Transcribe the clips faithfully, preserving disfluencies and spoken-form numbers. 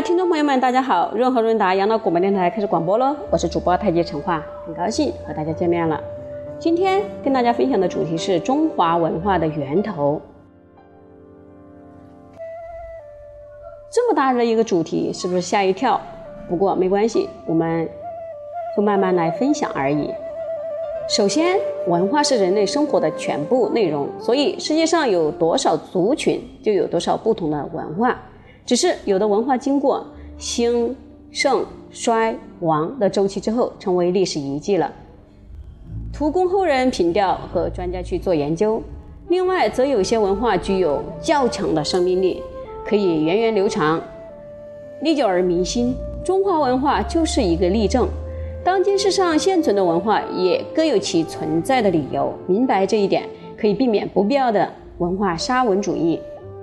听众朋友们，大家好！润和润达养老广播电台开始广播了，我是主播太极陈化，很高兴和大家见面了。今天跟大家分享的主题是中华文化的源头。这么大的一个主题，是不是吓一跳？不过没关系，我们就慢慢来分享而已。首先，文化是人类生活的全部内容，所以世界上有多少族群，就有多少不同的文化。只是有的文化经过兴盛衰亡的周期之后，成为历史遗迹了，图供后人凭吊和专家去做研究。另外则有些文化具有较强的生命力，可以源远流长，历久而弥新。中华文化就是一个例证。当今世上现存的文化也各有其存在的理由，明白这一点，可以避免不必要的文化沙文主义。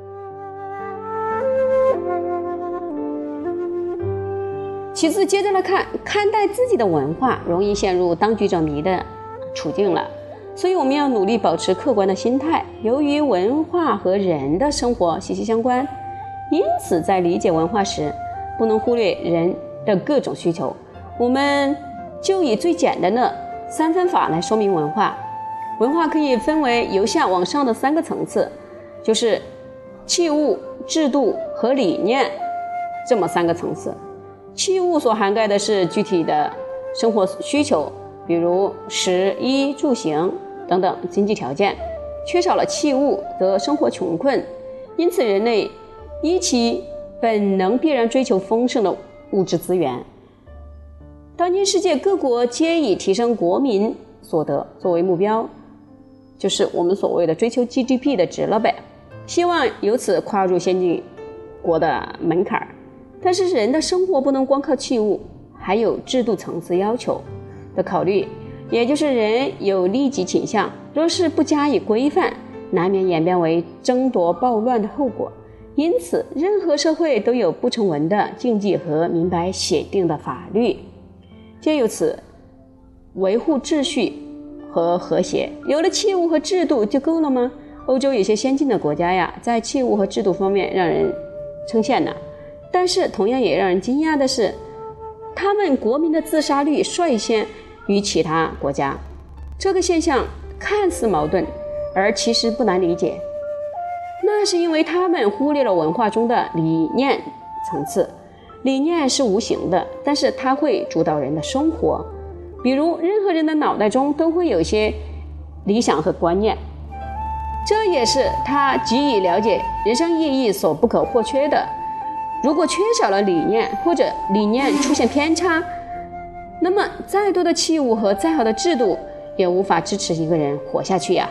其次，接着来看，看待自己的文化容易陷入当局者迷的处境了，所以我们要努力保持客观的心态。由于文化和人的生活息息相关，因此在理解文化时，不能忽略人的各种需求。我们就以最简单的三分法来说明文化。文化可以分为由下往上的三个层次，就是器物、制度和理念这么三个层次。器物所涵盖的是具体的生活需求，比如食衣住行等等经济条件，缺少了器物则生活穷困，因此人类依其本能必然追求丰盛的物质资源。当今世界各国皆以提升国民所得作为目标，就是我们所谓的追求 G D P 的值了呗，希望由此跨入先进国的门槛。但是人的生活不能光靠器物，还有制度层次要求的考虑，也就是人有利己倾向，若是不加以规范，难免演变为争夺暴乱的后果。因此任何社会都有不成文的禁忌和明白写定的法律，皆由此维护秩序和和谐。有了器物和制度就够了吗？欧洲有些先进的国家呀，在器物和制度方面让人称羡呢。但是同样也让人惊讶的是，他们国民的自杀率率先于其他国家。这个现象看似矛盾，而其实不难理解。那是因为他们忽略了文化中的理念层次。理念是无形的，但是它会主导人的生活。比如任何人的脑袋中都会有一些理想和观念，这也是他给予了解人生意义所不可或缺的。如果缺少了理念，或者理念出现偏差，那么再多的器物和再好的制度也无法支持一个人活下去呀。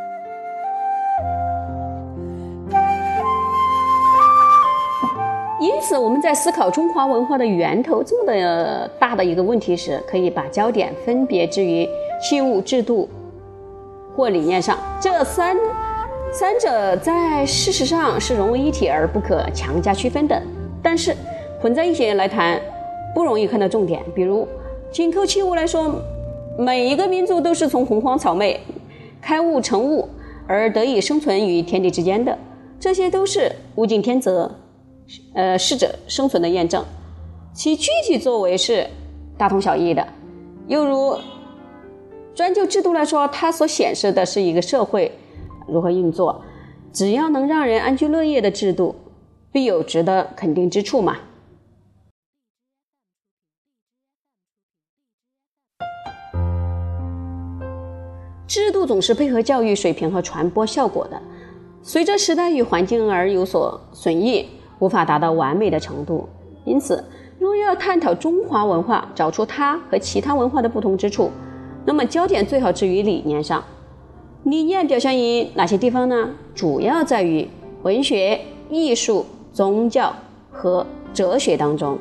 因此我们在思考中华文化的源头这么的大的一个问题时，可以把焦点分别置于器物、制度或理念上。这三三者在事实上是融为一体而不可强加区分的，但是混在一起来谈不容易看到重点。比如仅靠器物来说，每一个民族都是从洪荒草昧开物成物而得以生存于天地之间的，这些都是物竞天择呃，适者生存的验证，其具体作为是大同小异的。又如专就制度来说，它所显示的是一个社会如何运作，只要能让人安居乐业的制度，必有值得肯定之处嘛。制度总是配合教育水平和传播效果的，随着时代与环境而有所损益，无法达到完美的程度。因此若要探讨中华文化，找出它和其他文化的不同之处，那么焦点最好置于理念上。理念表现于哪些地方呢？主要在于文学、艺术、宗教和哲学当中。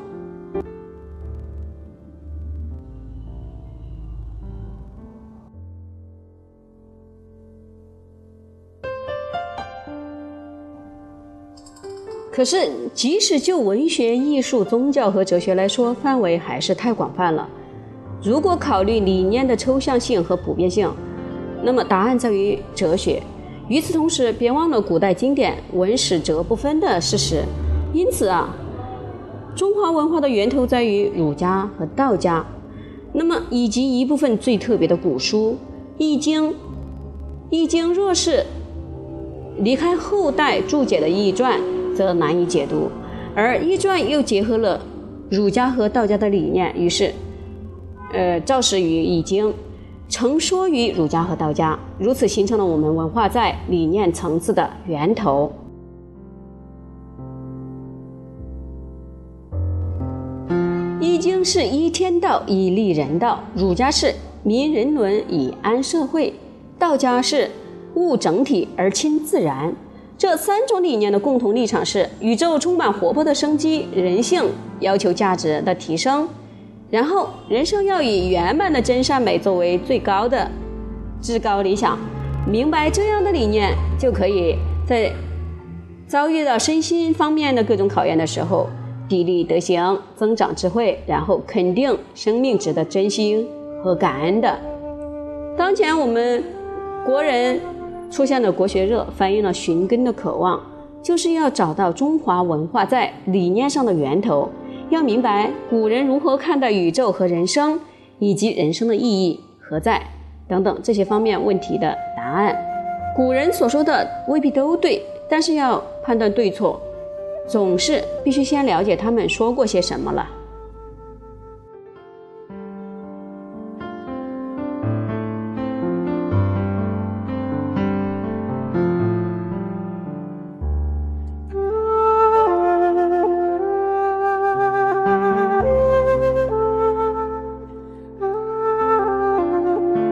可是即使就文学、艺术、宗教和哲学来说，范围还是太广泛了。如果考虑理念的抽象性和普遍性，那么答案在于哲学。与此同时，别忘了古代经典文史哲不分的事实。因此啊， 中华文化的源头在于儒家和道家，那么以及一部分最特别的古书《易经》。《易经》若是离开后代注解的易传，则难以解读，而易传又结合了儒家和道家的理念，于是呃，肇始于易经，成说于儒家和道家，如此形成了我们文化在理念层次的源头。易经是依天道以立人道，儒家是民人伦以安社会，道家是务整体而亲自然。这三种理念的共同立场是：宇宙充满活泼的生机，人性要求价值的提升，然后人生要以圆满的真善美作为最高的至高理想。明白这样的理念，就可以在遭遇到身心方面的各种考验的时候，砥砺德行，增长智慧，然后肯定生命值得珍惜和感恩的。当前我们国人出现了国学热，反映了寻根的渴望，就是要找到中华文化在理念上的源头，要明白古人如何看待宇宙和人生，以及人生的意义何在等等这些方面问题的答案。古人所说的未必都对，但是要判断对错，总是必须先了解他们说过些什么了。